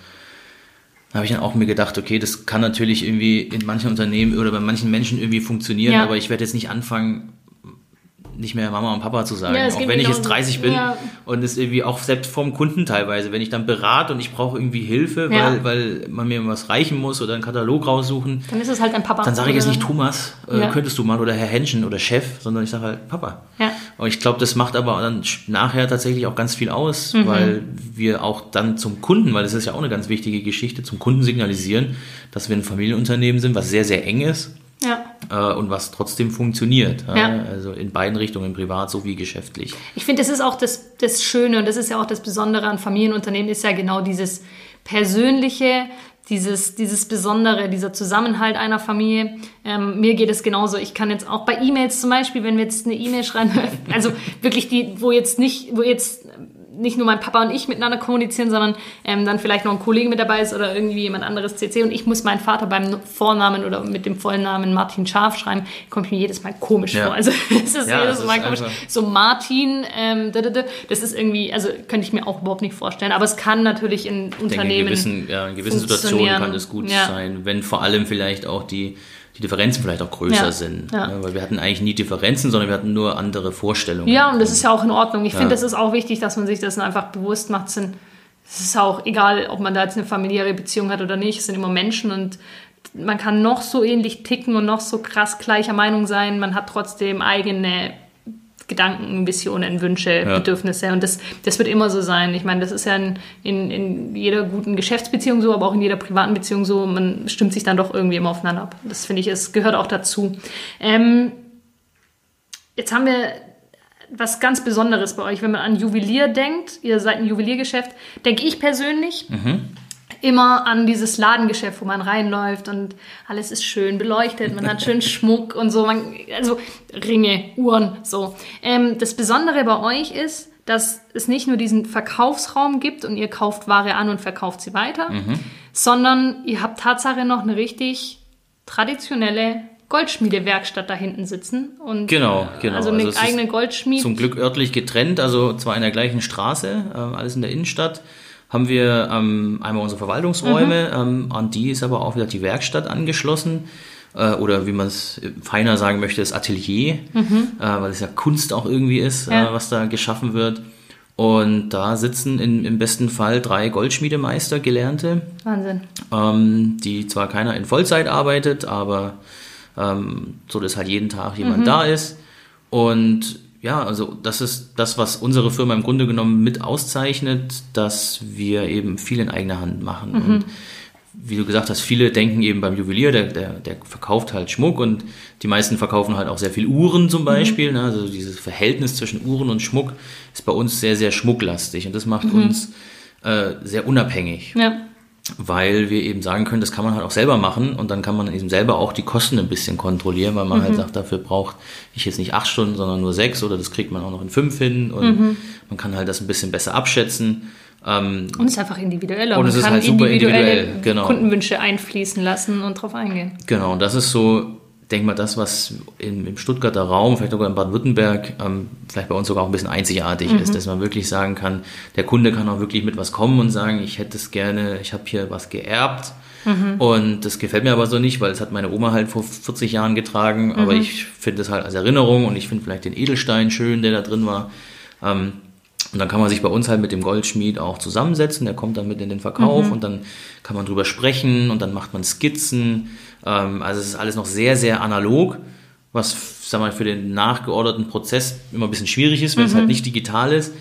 Da habe ich dann auch mir gedacht, okay, das kann natürlich irgendwie in manchen Unternehmen oder bei manchen Menschen irgendwie funktionieren, aber ich werde jetzt nicht anfangen, nicht mehr Mama und Papa zu sagen, auch wenn ich jetzt 30 bin und es irgendwie auch selbst vom Kunden teilweise, wenn ich dann berate und ich brauche irgendwie Hilfe, weil man mir was reichen muss oder einen Katalog raussuchen. Dann ist es halt ein Papa. Dann sage ich jetzt nicht Thomas, könntest du mal oder Herr Henschen oder Chef, sondern ich sage halt Papa. Ja. Und ich glaube, das macht aber dann nachher tatsächlich auch ganz viel aus, weil wir auch dann zum Kunden, weil das ist ja auch eine ganz wichtige Geschichte, zum Kunden signalisieren, dass wir ein Familienunternehmen sind, was sehr, sehr eng ist. Ja. Und was trotzdem funktioniert. Ja. Also in beiden Richtungen, privat sowie geschäftlich. Ich finde, das ist auch das Schöne und das ist ja auch das Besondere an Familienunternehmen, ist ja genau dieses Persönliche, dieses Besondere, dieser Zusammenhalt einer Familie. Mir geht es genauso. Ich kann jetzt auch bei E-Mails zum Beispiel, wenn wir jetzt eine E-Mail schreiben, also wirklich wo jetzt nicht nur mein Papa und ich miteinander kommunizieren, sondern dann vielleicht noch ein Kollege mit dabei ist oder irgendwie jemand anderes CC und ich muss meinen Vater beim Vornamen oder mit dem vollen Namen Martin Scharf schreiben, kommt mir jedes Mal komisch vor. Also es ist jedes Mal komisch. So Martin, das ist irgendwie, also könnte ich mir auch überhaupt nicht vorstellen, aber es kann natürlich in Unternehmen in gewissen Situationen kann das gut sein, wenn vor allem vielleicht auch die Differenzen vielleicht auch größer sind. Ja. Weil wir hatten eigentlich nie Differenzen, sondern wir hatten nur andere Vorstellungen. Ja, und das ist ja auch in Ordnung. Ich finde, das ist auch wichtig, dass man sich das einfach bewusst macht. Es ist auch egal, ob man da jetzt eine familiäre Beziehung hat oder nicht. Es sind immer Menschen und man kann noch so ähnlich ticken und noch so krass gleicher Meinung sein. Man hat trotzdem eigene Gedanken, Visionen, Wünsche, Bedürfnisse und das wird immer so sein. Ich meine, das ist ja in jeder guten Geschäftsbeziehung so, aber auch in jeder privaten Beziehung so. Man stimmt sich dann doch irgendwie immer aufeinander ab. Das finde ich, es gehört auch dazu. Jetzt haben wir was ganz Besonderes bei euch. Wenn man an Juwelier denkt, ihr seid ein Juweliergeschäft, denke ich persönlich immer an dieses Ladengeschäft, wo man reinläuft und alles ist schön beleuchtet, man hat schön Schmuck und so, also Ringe, Uhren, so. Das Besondere bei euch ist, dass es nicht nur diesen Verkaufsraum gibt und ihr kauft Ware an und verkauft sie weiter, sondern ihr habt Tatsache noch eine richtig traditionelle Goldschmiedewerkstatt da hinten sitzen. Und, genau. Also eine eigene Goldschmied. Zum Glück örtlich getrennt, also zwar in der gleichen Straße, alles in der Innenstadt, haben wir einmal unsere Verwaltungsräume, an die ist aber auch wieder die Werkstatt angeschlossen. Oder wie man es feiner sagen möchte, das Atelier, weil es ja Kunst auch irgendwie ist, was da geschaffen wird. Und da sitzen im besten Fall 3 Goldschmiedemeister, Gelernte. Wahnsinn. Die zwar keiner in Vollzeit arbeitet, aber so, dass halt jeden Tag jemand da ist. Und ja, also das ist das, was unsere Firma im Grunde genommen mit auszeichnet, dass wir eben viel in eigener Hand machen. Und wie du gesagt hast, viele denken eben beim Juwelier, der verkauft halt Schmuck und die meisten verkaufen halt auch sehr viel Uhren zum Beispiel. Ne? Also dieses Verhältnis zwischen Uhren und Schmuck ist bei uns sehr, sehr schmucklastig und das macht uns sehr unabhängig. Ja. Weil wir eben sagen können, das kann man halt auch selber machen und dann kann man eben selber auch die Kosten ein bisschen kontrollieren, weil man halt sagt, dafür brauche ich jetzt nicht 8 Stunden, sondern nur 6 oder das kriegt man auch noch in 5 hin und man kann halt das ein bisschen besser abschätzen. Und es ist einfach individueller. Und es ist halt super individuell, genau. Kundenwünsche einfließen lassen und drauf eingehen. Genau, und das ist so, denke mal, das, was im Stuttgarter Raum, vielleicht sogar in Baden-Württemberg, vielleicht bei uns sogar auch ein bisschen einzigartig ist, dass man wirklich sagen kann, der Kunde kann auch wirklich mit was kommen und sagen, ich hätte es gerne, ich habe hier was geerbt und das gefällt mir aber so nicht, weil es hat meine Oma halt vor 40 Jahren getragen, aber ich finde es halt als Erinnerung und ich finde vielleicht den Edelstein schön, der da drin war. Und dann kann man sich bei uns halt mit dem Goldschmied auch zusammensetzen, der kommt dann mit in den Verkauf und dann kann man drüber sprechen und dann macht man Skizzen. Also es ist alles noch sehr, sehr analog, was, sag mal, für den nachgeorderten Prozess immer ein bisschen schwierig ist, wenn es halt nicht digital ist.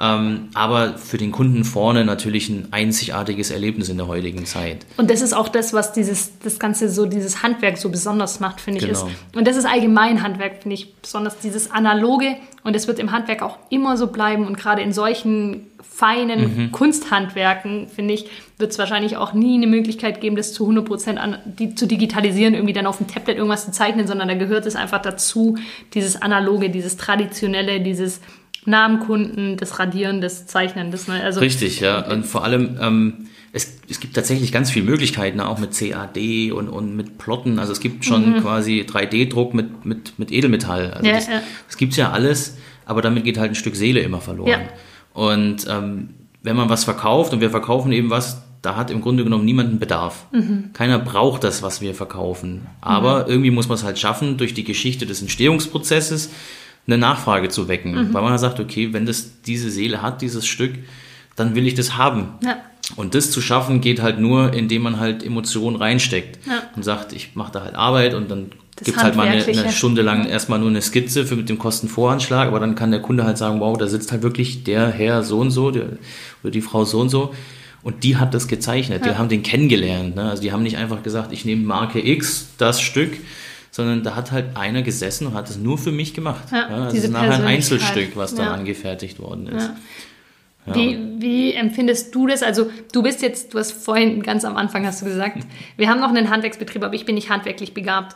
Aber für den Kunden vorne natürlich ein einzigartiges Erlebnis in der heutigen Zeit. Und das ist auch das, was das Ganze so, dieses Handwerk so besonders macht, finde ich. Ist. Und das ist allgemein Handwerk, finde ich, besonders dieses Analoge. Und es wird im Handwerk auch immer so bleiben. Und gerade in solchen feinen Kunsthandwerken, finde ich, wird es wahrscheinlich auch nie eine Möglichkeit geben, das zu 100% zu digitalisieren, irgendwie dann auf dem Tablet irgendwas zu zeichnen, sondern da gehört es einfach dazu, dieses Analoge, dieses Traditionelle, dieses Namenkunden, das Radieren, das Zeichnen. Das, also richtig, ja. Und vor allem, es gibt tatsächlich ganz viele Möglichkeiten, auch mit CAD und mit Plotten. Also es gibt schon quasi 3D-Druck mit Edelmetall. Also das gibt es ja alles, aber damit geht halt ein Stück Seele immer verloren. Ja. Und wenn man was verkauft und wir verkaufen eben was, da hat im Grunde genommen niemand einen Bedarf. Keiner braucht das, was wir verkaufen. Aber irgendwie muss man es halt schaffen, durch die Geschichte des Entstehungsprozesses eine Nachfrage zu wecken. Weil man sagt, okay, wenn das diese Seele hat, dieses Stück, dann will ich das haben. Ja. Und das zu schaffen geht halt nur, indem man halt Emotionen reinsteckt und sagt, ich mache da halt Arbeit und dann gibt es halt mal eine Stunde lang erstmal nur eine Skizze mit dem Kostenvoranschlag, aber dann kann der Kunde halt sagen, wow, da sitzt halt wirklich der Herr so und so oder die Frau so und so und die hat das gezeichnet, die haben den kennengelernt. Ne? Also die haben nicht einfach gesagt, ich nehme Marke X, das Stück, sondern da hat halt einer gesessen und hat es nur für mich gemacht. Ja, das ist nachher ein Einzelstück, was dann angefertigt worden ist. Ja. Wie empfindest du das? Also du hast vorhin ganz am Anfang hast du gesagt, wir haben noch einen Handwerksbetrieb, aber ich bin nicht handwerklich begabt.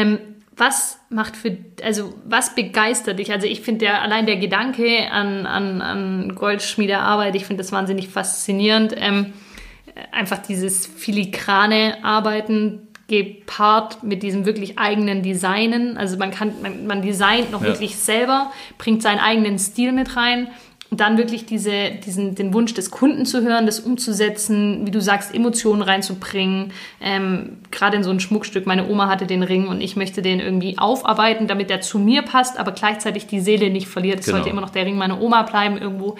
Was begeistert dich? Also ich finde allein der Gedanke an Goldschmiedearbeit, ich finde das wahnsinnig faszinierend. Einfach dieses filigrane Arbeiten gepaart mit diesem wirklich eigenen Designen. Also man designt noch wirklich selber, bringt seinen eigenen Stil mit rein und dann wirklich den Wunsch des Kunden zu hören, das umzusetzen, wie du sagst, Emotionen reinzubringen. Gerade in so ein Schmuckstück, meine Oma hatte den Ring und ich möchte den irgendwie aufarbeiten, damit der zu mir passt, aber gleichzeitig die Seele nicht verliert. Es sollte immer noch der Ring meiner Oma bleiben irgendwo.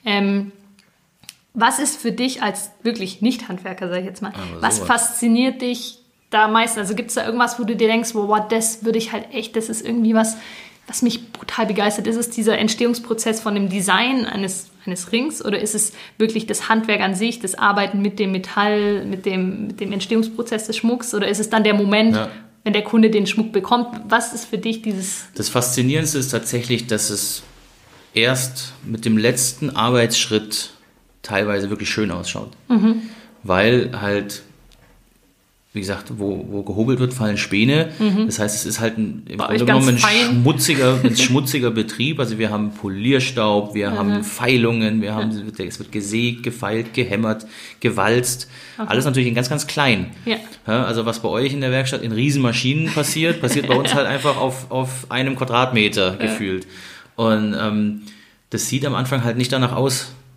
Was ist für dich als wirklich Nicht-Handwerker, sag ich jetzt mal, was fasziniert dich da meistens? Also gibt es da irgendwas, wo du dir denkst, wow, das würde ich halt echt, das ist irgendwie was mich brutal begeistert. Ist es dieser Entstehungsprozess von dem Design eines Rings oder ist es wirklich das Handwerk an sich, das Arbeiten mit dem Metall, mit dem Entstehungsprozess des Schmucks oder ist es dann der Moment, wenn der Kunde den Schmuck bekommt? Was ist für dich dieses... Das Faszinierendste ist tatsächlich, dass es erst mit dem letzten Arbeitsschritt teilweise wirklich schön ausschaut. Weil halt, wie gesagt, wo gehobelt wird, fallen Späne. Das heißt, es ist halt im Grunde genommen ein schmutziger Betrieb. Also wir haben Polierstaub, wir haben Feilungen, es wird gesägt, gefeilt, gehämmert, gewalzt. Alles natürlich in ganz, ganz klein. Ja, also was bei euch in der Werkstatt in Riesenmaschinen passiert bei uns halt einfach auf einem Quadratmeter gefühlt. Und das sieht am Anfang halt nicht danach aus,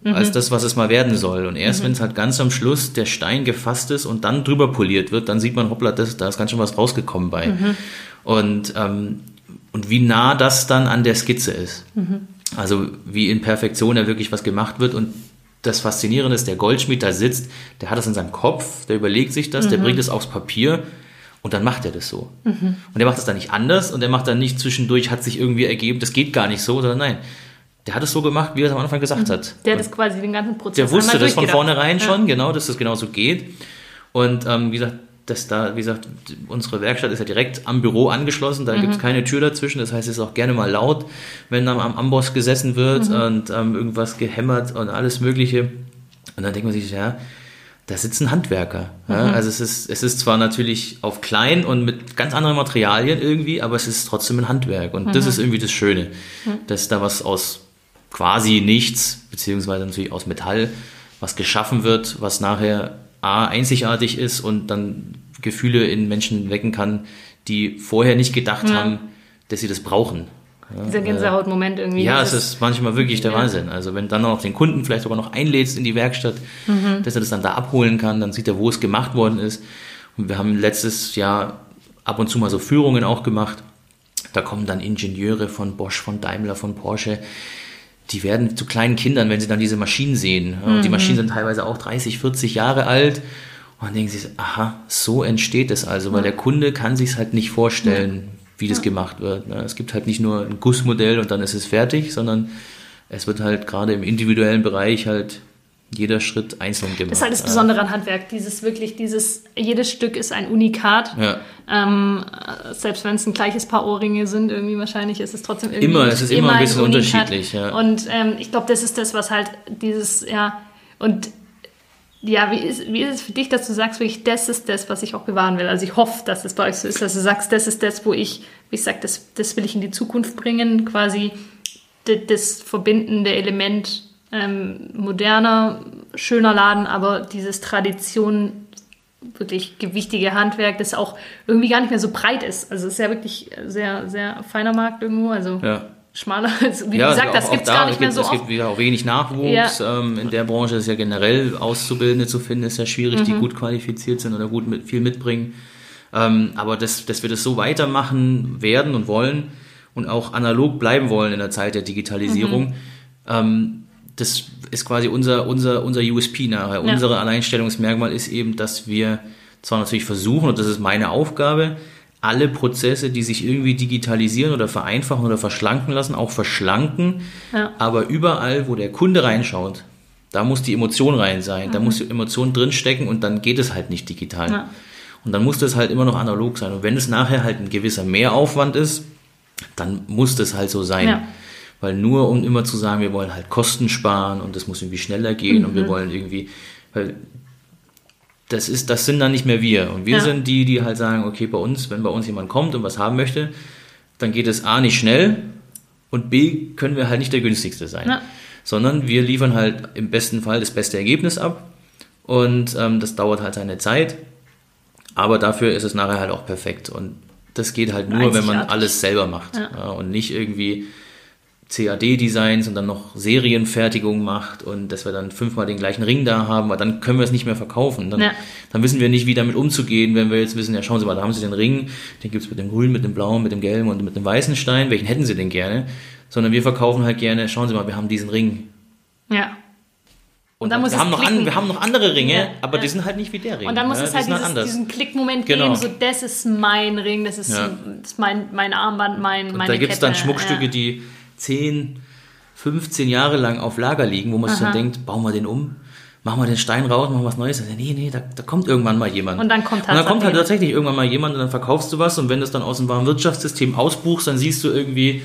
als das, was es mal werden soll. Und erst wenn es halt ganz am Schluss der Stein gefasst ist und dann drüber poliert wird, dann sieht man, hoppla, da ist ganz schön was rausgekommen bei. Und wie nah das dann an der Skizze ist. Also wie in Perfektion da wirklich was gemacht wird. Und das Faszinierende ist, der Goldschmied da sitzt, der hat das in seinem Kopf, der überlegt sich das, der bringt es aufs Papier und dann macht er das so. Und der macht das dann nicht anders und der macht dann nicht zwischendurch, hat sich irgendwie ergeben, das geht gar nicht so, sondern nein. Der hat es so gemacht, wie er es am Anfang gesagt hat. Der hat es quasi den ganzen Prozess der wusste das von vornherein schon, genau, dass das genauso geht. Und wie gesagt, unsere Werkstatt ist ja direkt am Büro angeschlossen, da gibt es keine Tür dazwischen, das heißt, es ist auch gerne mal laut, wenn dann am Amboss gesessen wird und irgendwas gehämmert und alles Mögliche. Und dann denkt man sich, ja, da sitzt ein Handwerker. Ja? Also es ist zwar natürlich auf klein und mit ganz anderen Materialien irgendwie, aber es ist trotzdem ein Handwerk. Und das ist irgendwie das Schöne, dass da was aus quasi nichts, beziehungsweise natürlich aus Metall, was geschaffen wird, was nachher einzigartig ist und dann Gefühle in Menschen wecken kann, die vorher nicht gedacht haben, dass sie das brauchen. Ja, dieser Gänsehautmoment irgendwie. Ja, es ist manchmal wirklich der Wahnsinn. Also wenn dann noch den Kunden vielleicht sogar noch einlädst in die Werkstatt, dass er das dann da abholen kann, dann sieht er, wo es gemacht worden ist. Und wir haben letztes Jahr ab und zu mal so Führungen auch gemacht. Da kommen dann Ingenieure von Bosch, von Daimler, von Porsche. Die werden zu kleinen Kindern, wenn sie dann diese Maschinen sehen. Und die Maschinen sind teilweise auch 30, 40 Jahre alt. Und dann denken sie, aha, so entsteht es also. Weil der Kunde kann sich es halt nicht vorstellen, wie das gemacht wird. Es gibt halt nicht nur ein Gussmodell und dann ist es fertig, sondern es wird halt gerade im individuellen Bereich halt jeder Schritt einzeln gemacht. Das ist halt das Besondere an Handwerk. Jedes Stück ist ein Unikat. Ja. Selbst wenn es ein gleiches Paar Ohrringe sind, irgendwie wahrscheinlich ist es trotzdem irgendwie es ist immer ein bisschen unterschiedlich. Ja. Und ich glaube, das ist das, was halt wie ist es für dich, dass du sagst, wirklich, das ist das, was ich auch bewahren will? Also ich hoffe, dass das bei euch so ist, dass du sagst, das ist das, wo ich sage, das will ich in die Zukunft bringen, quasi das verbindende Element moderner, schöner Laden, aber dieses Tradition, wirklich gewichtige Handwerk, das auch irgendwie gar nicht mehr so breit ist. Also es ist ja wirklich sehr, sehr feiner Markt irgendwo, also schmaler. Also wie gesagt, das gibt es gar nicht mehr so oft. Es gibt auch wenig Nachwuchs. Ja. In der Branche ist ja generell Auszubildende zu finden, ist ja schwierig, die gut qualifiziert sind oder viel mitbringen. Aber dass wir das so weitermachen werden und wollen und auch analog bleiben wollen in der Zeit der Digitalisierung, das ist quasi unser USP nachher. Ja. Unser Alleinstellungsmerkmal ist eben, dass wir zwar natürlich versuchen, und das ist meine Aufgabe, alle Prozesse, die sich irgendwie digitalisieren oder vereinfachen oder verschlanken lassen, auch verschlanken. Ja. Aber überall, wo der Kunde reinschaut, da muss die Emotion rein sein, da muss die Emotion drinstecken und dann geht es halt nicht digital. Ja. Und dann muss das halt immer noch analog sein. Und wenn es nachher halt ein gewisser Mehraufwand ist, dann muss das halt so sein. Ja. Weil nur um immer zu sagen, wir wollen halt Kosten sparen und das muss irgendwie schneller gehen und wir wollen irgendwie, weil das sind dann nicht mehr wir. Und wir sind die halt sagen, okay, wenn bei uns jemand kommt und was haben möchte, dann geht es A nicht schnell und B können wir halt nicht der günstigste sein. Ja. Sondern wir liefern halt im besten Fall das beste Ergebnis ab und das dauert halt seine Zeit, aber dafür ist es nachher halt auch perfekt. Und das geht halt nur, wenn man alles selber macht und nicht irgendwie CAD-Designs und dann noch Serienfertigung macht und dass wir dann 5-mal den gleichen Ring da haben, weil dann können wir es nicht mehr verkaufen. Dann wissen wir nicht, wie damit umzugehen, wenn wir jetzt wissen, ja schauen Sie mal, da haben Sie den Ring, den gibt es mit dem grünen, mit dem blauen, mit dem gelben und mit dem weißen Stein, welchen hätten Sie denn gerne? Sondern wir verkaufen halt gerne, schauen Sie mal, wir haben diesen Ring. Ja. Und dann wir haben noch andere Ringe, aber die sind halt nicht wie der Ring. Und dann muss es halt diesen Klickmoment geben, so das ist mein Ring, das ist mein Armband, meine Kette. Da gibt es dann Schmuckstücke, die 10, 15 Jahre lang auf Lager liegen, wo man sich dann denkt, bauen wir den um, machen wir den Stein raus, machen wir was Neues. Nee, da kommt irgendwann mal jemand. Und dann kommt halt tatsächlich irgendwann mal jemand und dann verkaufst du was und wenn du es dann aus dem Warenwirtschaftssystem ausbuchst, dann siehst du irgendwie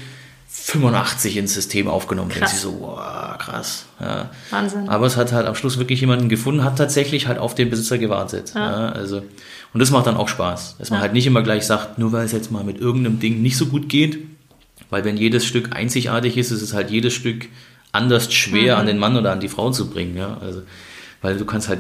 85 ins System aufgenommen. Krass. Denkst du so, wow, krass. Ja. Wahnsinn. Aber es hat halt am Schluss wirklich jemanden gefunden, hat tatsächlich halt auf den Besitzer gewartet. Ja. Also, und das macht dann auch Spaß, dass man halt nicht immer gleich sagt, nur weil es jetzt mal mit irgendeinem Ding nicht so gut geht, weil wenn jedes Stück einzigartig ist, ist es halt jedes Stück anders schwer an den Mann oder an die Frau zu bringen. Ja? Also, weil du kannst halt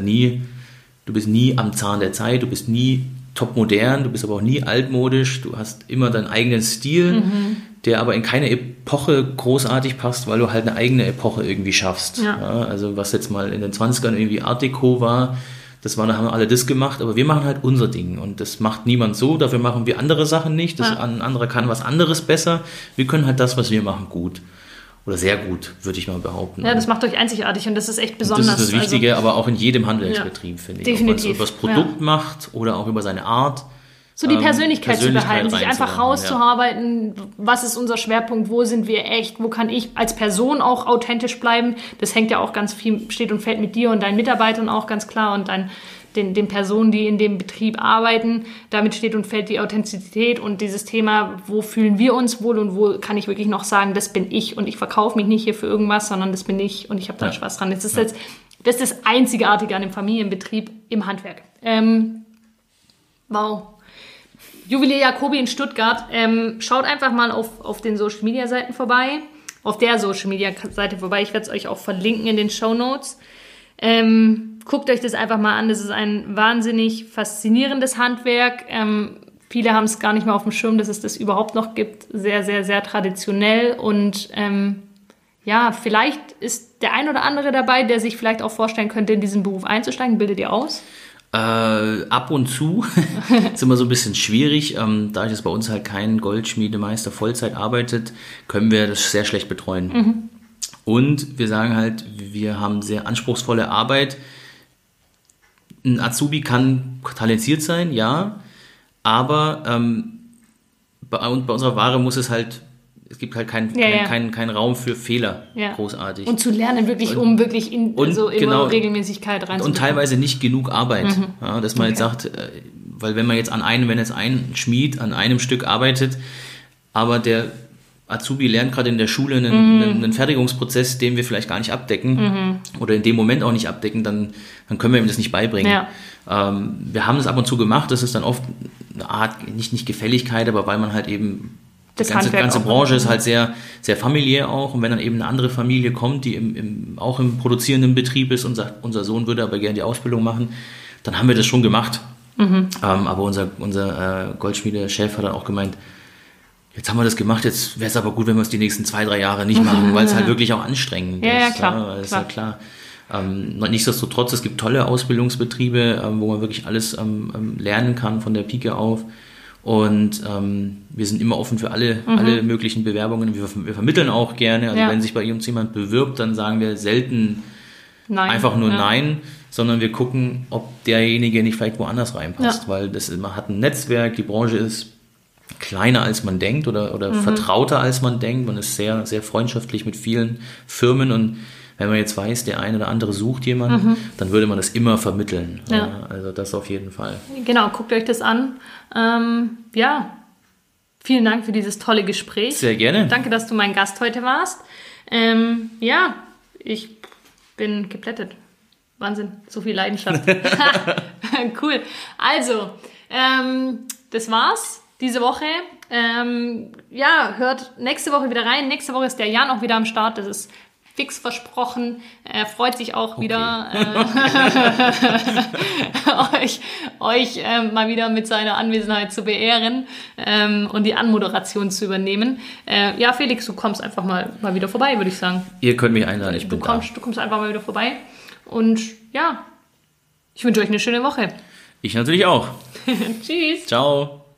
du bist nie am Zahn der Zeit, du bist nie top modern, du bist aber auch nie altmodisch, du hast immer deinen eigenen Stil. der aber in keine Epoche großartig passt, weil du halt eine eigene Epoche irgendwie schaffst. Ja. Ja, also was jetzt mal in den 20ern irgendwie Art Deco war, da haben wir alle das gemacht, aber wir machen halt unser Ding und das macht niemand so, dafür machen wir andere Sachen nicht, ein anderer kann was anderes besser, wir können halt das, was wir machen, gut. Oder sehr gut, würde ich mal behaupten. Ja, das macht euch einzigartig und das ist echt besonders. Das ist das Wichtige, aber auch in jedem Handwerksbetrieb, finde ich. Definitiv. Ob man es über das Produkt macht oder auch über seine Art. So die Persönlichkeit zu behalten, sich einfach rauszuarbeiten, was ist unser Schwerpunkt, wo sind wir echt, wo kann ich als Person auch authentisch bleiben. Das hängt ja auch ganz viel, steht und fällt mit dir und deinen Mitarbeitern auch ganz klar und den Personen, die in dem Betrieb arbeiten. Damit steht und fällt die Authentizität und dieses Thema, wo fühlen wir uns wohl und wo kann ich wirklich noch sagen, das bin ich und ich verkaufe mich nicht hier für irgendwas, sondern das bin ich und ich habe da Spaß dran. Das ist das Einzigartige an dem Familienbetrieb im Handwerk. Wow. Juwelier Jacobi in Stuttgart. Schaut einfach mal auf den Social Media Seiten vorbei. Auf der Social Media Seite vorbei. Ich werde es euch auch verlinken in den Shownotes. Guckt euch das einfach mal an. Das ist ein wahnsinnig faszinierendes Handwerk. Viele haben es gar nicht mehr auf dem Schirm, dass es das überhaupt noch gibt. Sehr, sehr, sehr traditionell. Und vielleicht ist der ein oder andere dabei, der sich vielleicht auch vorstellen könnte, in diesen Beruf einzusteigen. Bildet ihr aus? Ab und zu ist immer so ein bisschen schwierig. Da ich jetzt bei uns halt kein Goldschmiedemeister Vollzeit arbeitet, können wir das sehr schlecht betreuen. Mhm. Und wir sagen halt, wir haben sehr anspruchsvolle Arbeit. Ein Azubi kann talentiert sein, ja, aber bei unserer Ware muss es halt, es gibt halt keinen Raum für Fehler, großartig. Und zu lernen, wirklich, um wirklich in Regelmäßigkeit reinzukommen. Und teilweise nicht genug Arbeit. Mhm. Ja, dass man jetzt sagt, weil wenn jetzt ein Schmied an einem Stück arbeitet, aber der Azubi lernt gerade in der Schule einen Fertigungsprozess, den wir vielleicht gar nicht abdecken oder in dem Moment auch nicht abdecken, dann können wir ihm das nicht beibringen. Ja. Wir haben das ab und zu gemacht, das ist dann oft eine Art, nicht Gefälligkeit, aber weil man halt eben die ganze Branche ist halt sehr, sehr familiär auch. Und wenn dann eben eine andere Familie kommt, die auch im produzierenden Betrieb ist und sagt, unser Sohn würde aber gerne die Ausbildung machen, dann haben wir das schon gemacht. Mhm. Aber unser Goldschmiede-Chef hat dann auch gemeint, jetzt haben wir das gemacht, jetzt wäre es aber gut, wenn wir es die nächsten 2-3 Jahre nicht machen, weil es halt wirklich auch anstrengend ist. Ja, klar. Ist ja klar. Nichtsdestotrotz, es gibt tolle Ausbildungsbetriebe, wo man wirklich alles lernen kann von der Pike auf. Und wir sind immer offen für alle möglichen Bewerbungen. Wir vermitteln auch gerne. Also wenn sich bei uns jemand bewirbt, dann sagen wir selten Nein, sondern wir gucken, ob derjenige nicht vielleicht woanders reinpasst. Weil man hat ein Netzwerk, die Branche ist kleiner als man denkt oder vertrauter als man denkt. Man ist sehr, sehr freundschaftlich mit vielen Firmen und wenn man jetzt weiß, der eine oder andere sucht jemanden, dann würde man das immer vermitteln. Ja. Also das auf jeden Fall. Genau, guckt euch das an. Vielen Dank für dieses tolle Gespräch. Sehr gerne. Danke, dass du mein Gast heute warst. Ich bin geplättet. Wahnsinn, so viel Leidenschaft. Cool. Also, das war's diese Woche. Hört nächste Woche wieder rein. Nächste Woche ist der Jan auch wieder am Start. Das ist fix versprochen. Er freut sich auch wieder, euch mal wieder mit seiner Anwesenheit zu beehren und die Anmoderation zu übernehmen. Felix, du kommst einfach mal wieder vorbei, würde ich sagen. Ihr könnt mich einladen, du kommst einfach mal wieder vorbei. Und ich wünsche euch eine schöne Woche. Ich natürlich auch. Tschüss. Ciao.